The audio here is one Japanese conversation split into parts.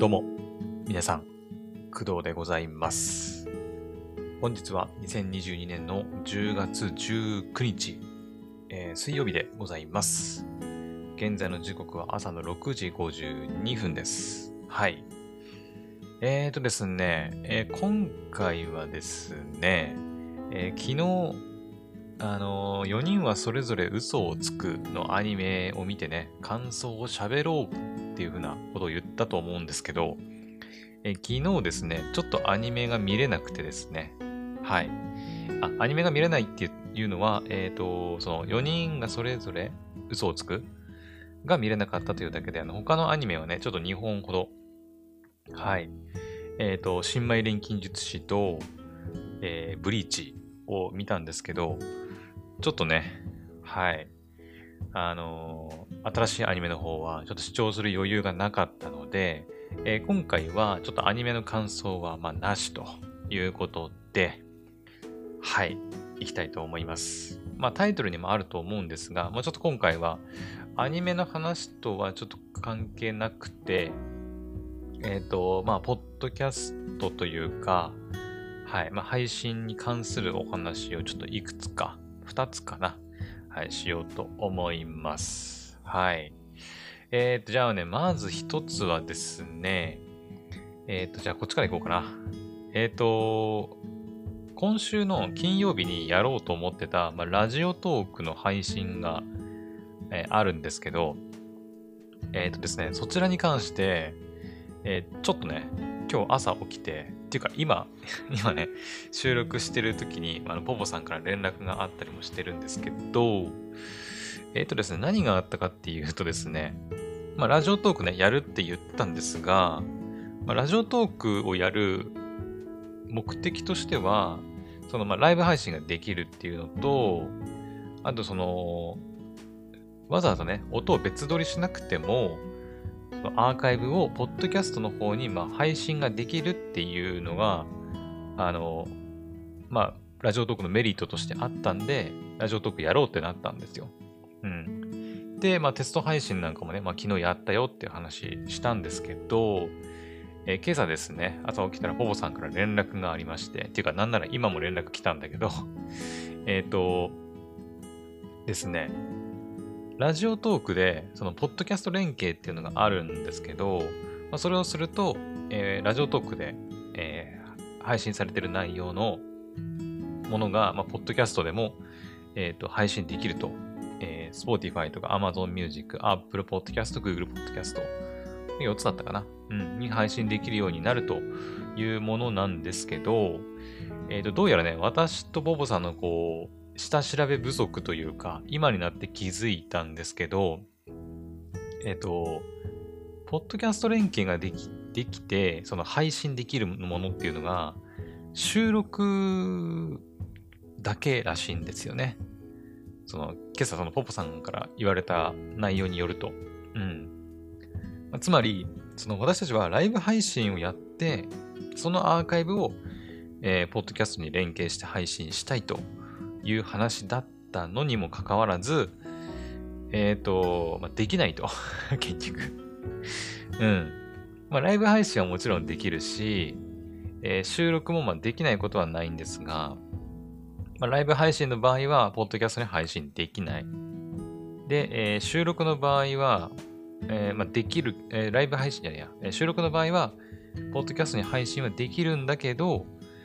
どうも、皆さん、工藤でございます。本日は2022年の10月19日、水曜日でございます。現在の時刻は朝の6時52分です。はい。ですね、今回はですね、昨日、4人はそれぞれ嘘をつくのアニメを見てね、感想を喋ろうっていう風なことを言ったと思うんですけど、昨日ですね、ちょっとアニメが見れなくてですね、はい。アニメが見れないっていうのは、その4人がそれぞれ嘘をつくが見れなかったというだけで、他のアニメはね、ちょっと2本ほど、はい。新米錬金術師と、ブリーチを見たんですけど、ちょっとね、はい。新しいアニメの方はちょっと視聴する余裕がなかったので、今回はちょっとアニメの感想はなしということで、はい、いきたいと思います。タイトルにもあると思うんですが、ちょっと今回はアニメの話とはちょっと関係なくて、ポッドキャストというか、はい、配信に関するお話をちょっといくつか、2つかな、はい、しようと思います。はい。じゃあね、まず一つはですね、じゃあこっちから行こうかな。今週の金曜日にやろうと思ってた、ラジオトークの配信が、あるんですけど、ですね、そちらに関して、ちょっとね、今日朝起きて、っていうか今ね、収録してる時に、ポポさんから連絡があったりもしてるんですけど、ですね、何があったかっていうとですね、ラジオトークね、やるって言ったんですが、ラジオトークをやる目的としては、ライブ配信ができるっていうのと、あとわざわざね、音を別撮りしなくても、そのアーカイブをポッドキャストの方に配信ができるっていうのが、あの、ラジオトークのメリットとしてあったんで、ラジオトークやろうってなったんですよ。うん。で、テスト配信なんかもね、昨日やったよっていう話したんですけど、今朝ですね、朝起きたらポポさんから連絡がありまして、っていうかなんなら今も連絡来たんだけど、えっとですね、ラジオトークで、その、ポッドキャスト連携っていうのがあるんですけど、それをすると、ラジオトークで、配信されている内容のものが、ポッドキャストでも、配信できると。Spotify とか Amazon Music、Apple Podcast、Google Podcast、4つだったかな、に配信できるようになるというものなんですけど、どうやらね、私とボボさんの下調べ不足というか、今になって気づいたんですけど、ポッドキャスト連携ができて、その配信できるものっていうのが、収録だけらしいんですよね。今朝ポポさんから言われた内容によると。つまり、私たちはライブ配信をやって、そのアーカイブを、ポッドキャストに連携して配信したいという話だったのにもかかわらず、できないと。結局。ライブ配信はもちろんできるし、収録もできないことはないんですが、ライブ配信の場合は、ポッドキャストに配信できない。で、収録の場合は、できる、ライブ配信じゃないや、収録の場合は、ポッドキャストに配信はできるんだけど、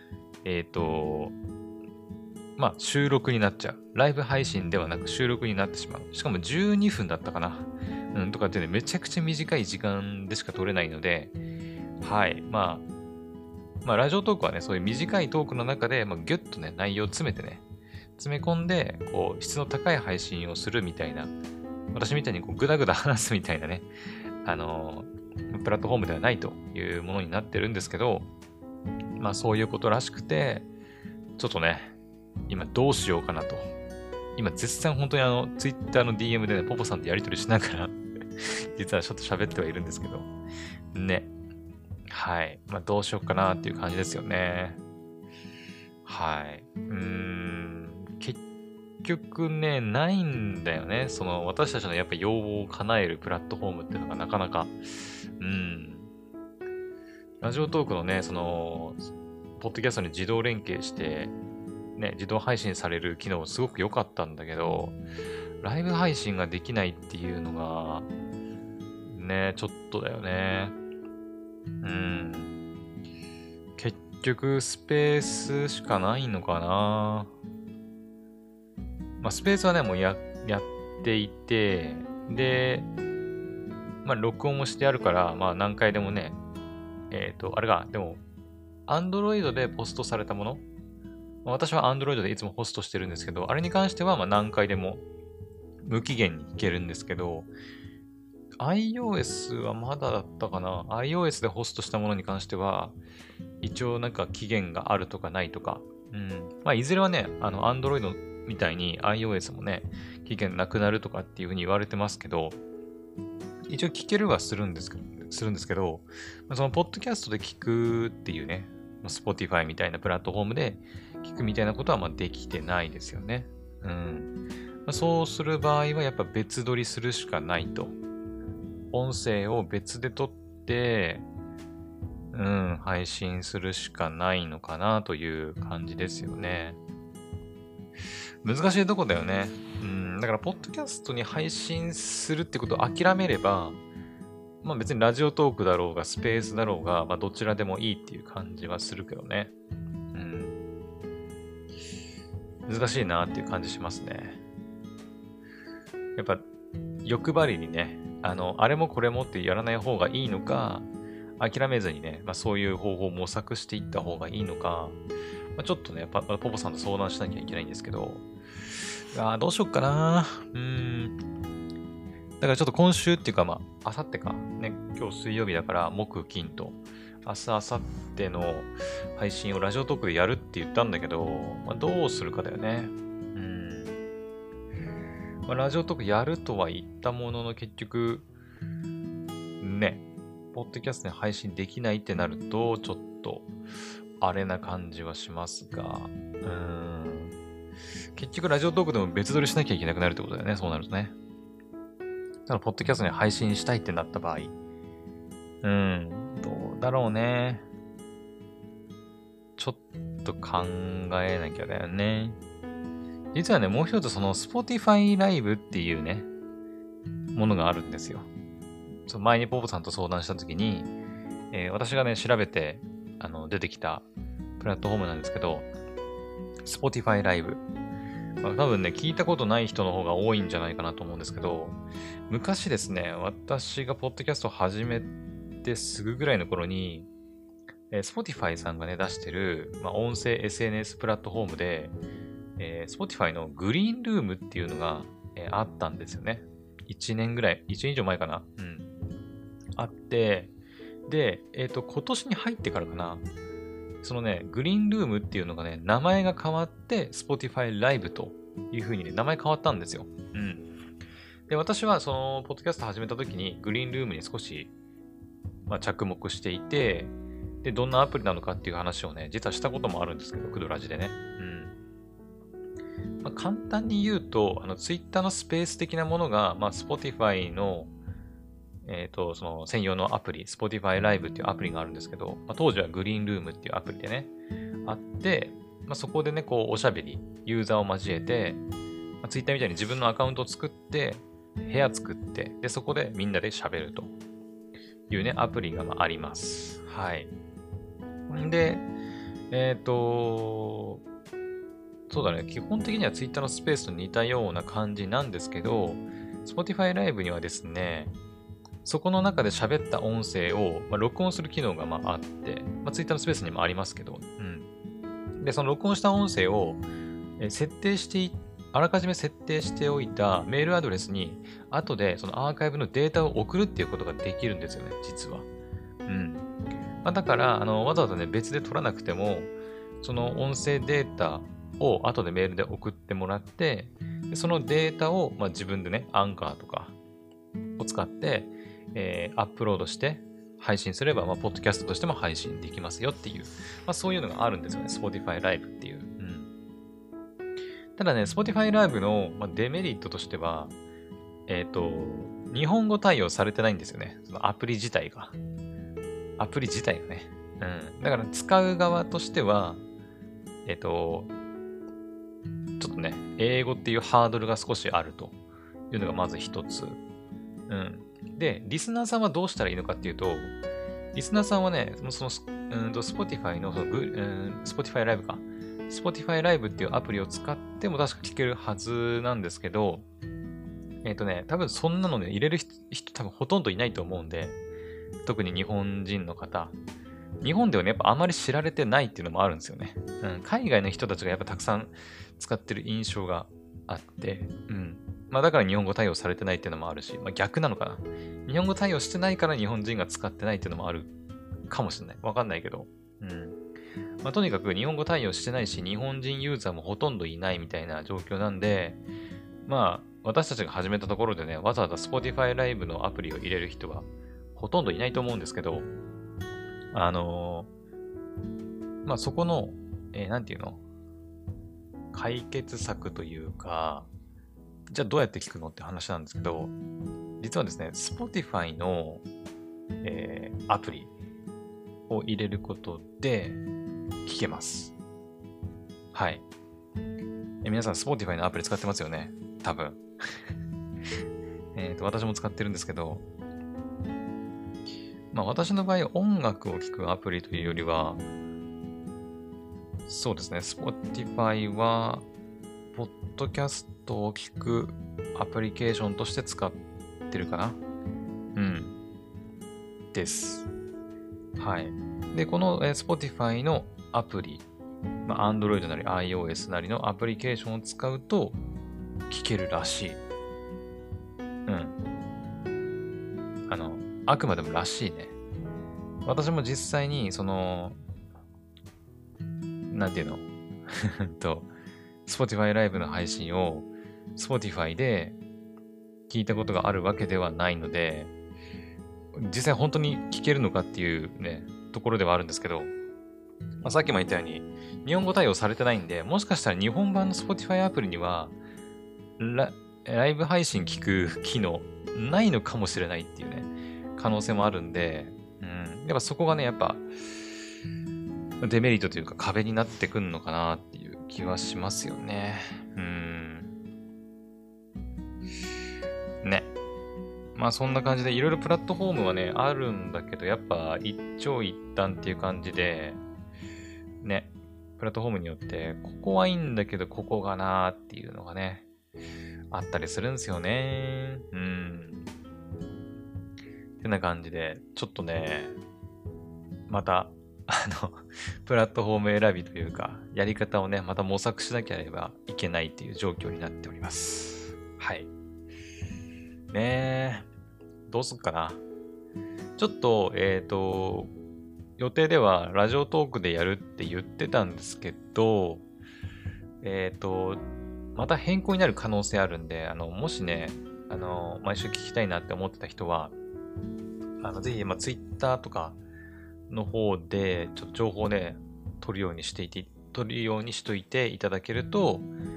収録になっちゃう。ライブ配信ではなく収録になってしまう。しかも12分だったかな。とかってね、めちゃくちゃ短い時間でしか撮れないので、はい。ラジオトークはね、そういう短いトークの中で、ギュッとね、内容を詰めてね、詰め込んで、質の高い配信をするみたいな、私みたいにグダグダ話すみたいなね、プラットフォームではないというものになってるんですけど、そういうことらしくて、ちょっとね、今どうしようかなと。今絶賛本当にTwitter の DM でね、ポポさんとやり取りしながら実はちょっと喋ってはいるんですけど、ね。はい。どうしようかなっていう感じですよね。はい。結局ね、ないんだよね。私たちのやっぱ要望を叶えるプラットフォームっていうのがなかなか、 ラジオトークのね、ポッドキャストに自動連携して、ね、自動配信される機能すごく良かったんだけど、ライブ配信ができないっていうのが、ね、ちょっとだよね。結局、スペースしかないのかな。まあ、スペースはね、もうやっていて、で、まあ、録音もしてあるから、まあ、何回でもね、あれが、でも、Android でポストされたもの、私は Android でいつもホストしてるんですけど、あれに関してはまあ何回でも無期限にいけるんですけど、iOS はまだだったかな。iOS でホストしたものに関しては、一応なんか期限があるとかないとか。まあ、いずれはね、Android みたいに iOS もね、期限なくなるとかっていうふうに言われてますけど、一応聞けるはするんですけど、そのポッドキャストで聞くっていうね、Spotify みたいなプラットフォームで聞くみたいなことはまあできてないですよね。そうする場合はやっぱ別撮りするしかないと。音声を別で撮って、配信するしかないのかなという感じですよね。難しいとこだよね。だから、ポッドキャストに配信するってことを諦めれば、まあ別にラジオトークだろうが、スペースだろうが、まあどちらでもいいっていう感じはするけどね。難しいなっていう感じしますね。やっぱ、欲張りにね、あれもこれもってやらない方がいいのか、諦めずにね、まあそういう方法を模索していった方がいいのか、まあ、ちょっとね、ポポさんと相談しなきゃいけないんですけど、どうしよっかな。だからちょっと今週っていうか、まあ、あさってか。ね、今日水曜日だから、木、金と、明日、明後日の配信をラジオトークでやるって言ったんだけど、まあ、どうするかだよね。まあ、ラジオトークやるとは言ったものの、結局、ね、ポッドキャストに配信できないってなると、ちょっと、あれな感じはしますが、結局ラジオトークでも別撮りしなきゃいけなくなるってことだよね、そうなるとね。ただ、ポッドキャストに配信したいってなった場合、どうだろうね。ちょっと考えなきゃだよね。実はね、もう一つSpotify ライブっていうね、ものがあるんですよ。前にポポさんと相談したときに、私がね、調べて、出てきたプラットフォームなんですけど、Spotify ライブ。多分ね、聞いたことない人の方が多いんじゃないかなと思うんですけど、昔ですね、私がポッドキャストを始めてすぐぐらいの頃に、Spotify さんがね、出してる、音声 SNS プラットフォームで、Spotify のグリーンルームっていうのが、あったんですよね。1年ぐらい、1年以上前かな。あって、で、今年に入ってからかな。そのね、グリーンルームっていうのがね、名前が変わって、Spotify ライブという風にね、名前変わったんですよ。で、私はその、ポッドキャスト始めた時に、グリーンルームに少し、着目していて、で、どんなアプリなのかっていう話をね、実はしたこともあるんですけど、クドラジでね。簡単に言うと、Twitter のスペース的なものが、Spotify の、その専用のアプリ、Spotify Live っていうアプリがあるんですけど、当時はグリーンルームっていうアプリでね、あって、そこでね、こう、おしゃべり、ユーザーを交えて、Twitter みたいに自分のアカウントを作って、部屋作って、で、そこでみんなで喋るというね、アプリがあります。はい。で、そうだね、基本的には Twitter のスペースと似たような感じなんですけど、Spotify Live にはですね、そこの中で喋った音声を、録音する機能があって、Twitter のスペースにもありますけど、で、その録音した音声を、あらかじめ設定しておいたメールアドレスに、後でそのアーカイブのデータを送るっていうことができるんですよね、実は。だから、わざわざね、別で取らなくても、その音声データを後でメールで送ってもらって、そのデータを、自分でね、アンカーとかを使って、アップロードして配信すれば、ポッドキャストとしても配信できますよっていう、そういうのがあるんですよね、Spotify Live っていう。ただね、Spotify Live の、デメリットとしては、日本語対応されてないんですよね、そのアプリ自体が。 アプリ自体がね。うん。だから使う側としては、ちょっとね、英語っていうハードルが少しあるというのがまず一つ。うん。で、リスナーさんはどうしたらいいのかっていうと、リスナーさんはね、Spotify のSpotify ライブか。Spotify ライブっていうアプリを使っても確か聞けるはずなんですけど、多分そんなのね、入れる人多分ほとんどいないと思うんで、特に日本人の方。日本ではね、やっぱあまり知られてないっていうのもあるんですよね。うん、海外の人たちがやっぱたくさん使ってる印象があって、うん。まあだから日本語対応されてないっていうのもあるし、まあ逆なのかな。日本語対応してないから日本人が使ってないっていうのもあるかもしれない。わかんないけど。うん。まあとにかく日本語対応してないし、日本人ユーザーもほとんどいないみたいな状況なんで、まあ私たちが始めたところでね、わざわざ Spotify ライブのアプリを入れる人はほとんどいないと思うんですけど、まあそこの、なんていうの解決策というか、じゃあどうやって聞くのって話なんですけど、実はですね、Spotify の、アプリを入れることで聞けます。はい。皆さん Spotify のアプリ使ってますよね多分。私も使ってるんですけど、まあ私の場合音楽を聴くアプリというよりは、そうですね、Spotify は、ポッドキャストを聞くアプリケーションとして使ってるかな。うん。です。はい。で、この、Spotify のアプリ、まあ、Android なり iOS なりのアプリケーションを使うと聞けるらしい。うん。あくまでもらしいね。私も実際に、なんていうのSpotify ライブの配信を Spotify で聞いたことがあるわけではないので、実際本当に聞けるのかっていうね、ところではあるんですけど、まあ、さっきも言ったように、日本語対応されてないんで、もしかしたら日本版の Spotify アプリにはライブ配信聞く機能ないのかもしれないっていうね、可能性もあるんで、やっぱそこがね、やっぱ、デメリットというか壁になってくるのかなっていう気はしますよね。ね。まあそんな感じでいろいろプラットフォームはね、あるんだけど、やっぱ一長一短っていう感じで、ね、プラットフォームによって、ここはいいんだけど、ここがなーっていうのがね、あったりするんですよね。ってな感じで、ちょっとね、また、プラットフォーム選びというか、やり方をね、また模索しなければいけないっていう状況になっております。はい。ねえ、どうすっかな。ちょっと、予定ではラジオトークでやるって言ってたんですけど、また変更になる可能性あるんで、もしね、毎週聞きたいなって思ってた人は、ぜひ、Twitter とかの方で、ちょっと情報をね、取るようにしといていただけると、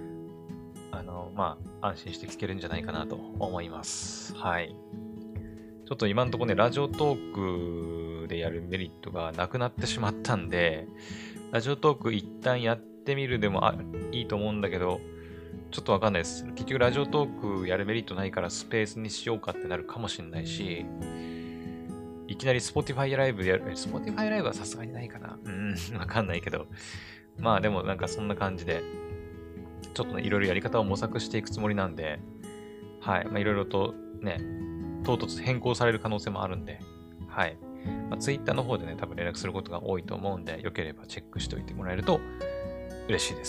安心して聞けるんじゃないかなと思います。はい。ちょっと今のところね、ラジオトークでやるメリットがなくなってしまったんで、ラジオトーク一旦やってみるでもいいと思うんだけど、ちょっとわかんないです。結局ラジオトークやるメリットないからスペースにしようかってなるかもしれないし、いきなり Spotify ライブでやる。Spotify ライブはさすがにないかな。わかんないけど。まあでもなんかそんな感じで、ちょっとね、いろいろやり方を模索していくつもりなんで、はい。いろいろとね、唐突変更される可能性もあるんで、はい。Twitter の方でね、多分連絡することが多いと思うんで、よければチェックしておいてもらえると嬉しいです。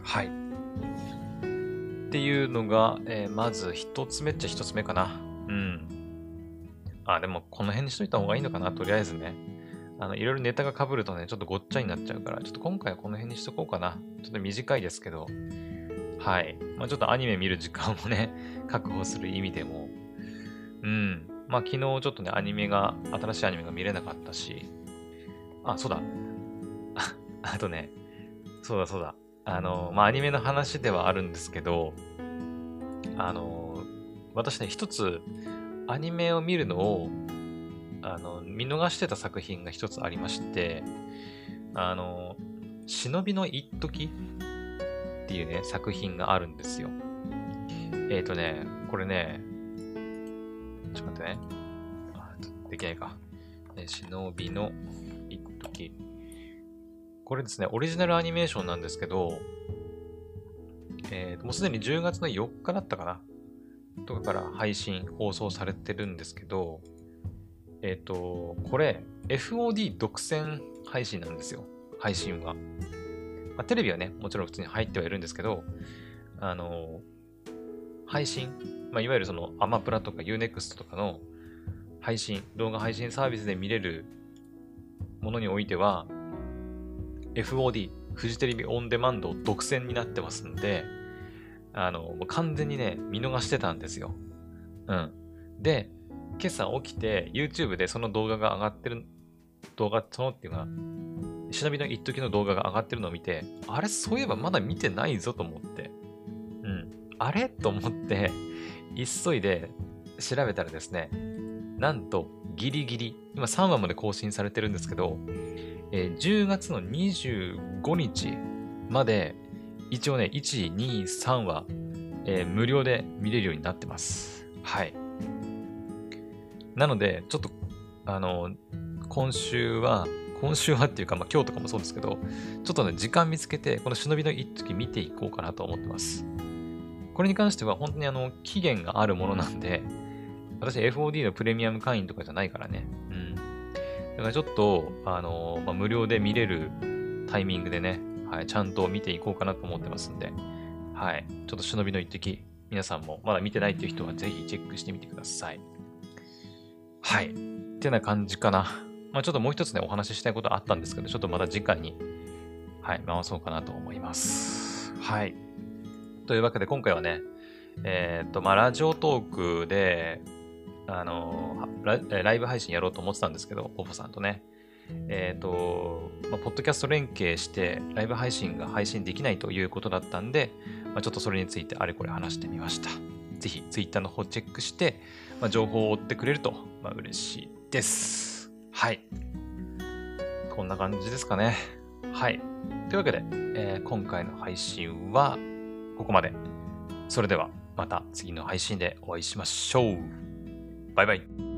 はい。っていうのが、まず一つ目っちゃ一つ目かな。でもこの辺にしといた方がいいのかな、とりあえずね。いろいろネタが被るとね、ちょっとごっちゃになっちゃうから、ちょっと今回はこの辺にしとこうかな。ちょっと短いですけど、はい。ちょっとアニメ見る時間をね、確保する意味でも、昨日ちょっとね、新しいアニメが見れなかったし、そうだ。あとね、そうだ。アニメの話ではあるんですけど、私ね、一つ、アニメを見るのを、 見逃してた作品が一つありまして、忍びの一時っていうね、作品があるんですよ。これね、ちょっと待ってね。できないか。忍びの一時。これですね、オリジナルアニメーションなんですけど、もうすでに10月の4日だったかなとかから放送されてるんですけど、これ、FOD 独占配信なんですよ。配信は。まあ、テレビはね、もちろん普通に入ってはいるんですけど、配信、まあ、いわゆるそのアマプラとか Unext とかの配信、動画配信サービスで見れるものにおいては、FOD、フジテレビオンデマンド独占になってますんで、もう完全にね、見逃してたんですよ。うん。で、今朝起きて YouTube でその動画が上がってる、そのっていうか、忍びの一時の動画が上がってるのを見て、あれ、そういえばまだ見てないぞと思って。うん。あれと思って、急いで調べたらですね、なんとギリギリ、今3話まで更新されてるんですけど、10月の25日まで、一応ね、1、2、3話、無料で見れるようになってます。はい。なので、ちょっと、今週はっていうか、まあ今日とかもそうですけど、ちょっとね、時間見つけて、この忍びの一時見ていこうかなと思ってます。これに関しては本当に期限があるものなんで、私 FOD のプレミアム会員とかじゃないからね。うん。だからちょっと、まあ、無料で見れるタイミングでね、はい、ちゃんと見ていこうかなと思ってますんで、はい。ちょっと忍びの一時、皆さんもまだ見てないっていう人はぜひチェックしてみてください。はい。ってな感じかな。まあちょっともう一つね、お話ししたいことあったんですけど、ちょっとまた次回に、はい、回そうかなと思います。はい。というわけで今回はね、まあラジオトークで、ライブ配信やろうと思ってたんですけど、ポポさんとね。まあ、ポッドキャスト連携して、ライブ配信が配信できないということだったんで、まあ、ちょっとそれについてあれこれ話してみました。ぜひ、ツイッターの方チェックして、まあ、情報を追ってくれると、まあ、嬉しいです。はい。こんな感じですかね。はい。というわけで、今回の配信はここまで。それでは、また次の配信でお会いしましょう。バイバイ。